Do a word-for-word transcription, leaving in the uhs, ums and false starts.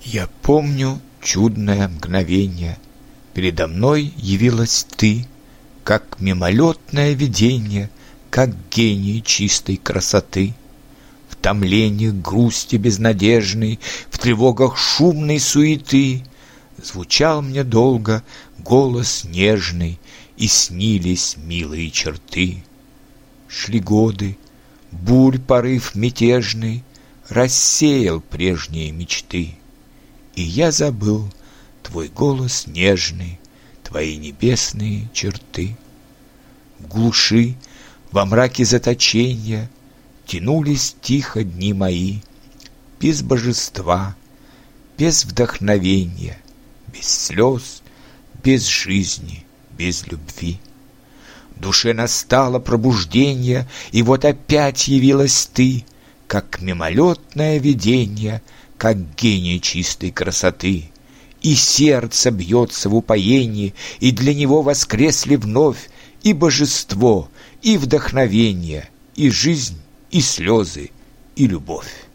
Я помню чудное мгновенье. Передо мной явилась ты, как мимолетное видение, как гений чистой красоты. В томлении грусти безнадежной, в тревогах шумной суеты звучал мне долго голос нежный, и снились милые черты. Шли годы, бурь порыв мятежный рассеял прежние мечты, и я забыл твой голос нежный, твои небесные черты. В глуши, во мраке заточения тянулись тихо дни мои, без божества, без вдохновения, без слез, без жизни, без любви. В душе настало пробуждение, и вот опять явилась ты, как мимолетное видение, как гений чистой красоты. И сердце бьется в упоении, и для него воскресли вновь и божество, и вдохновение, и жизнь, и слезы, и любовь.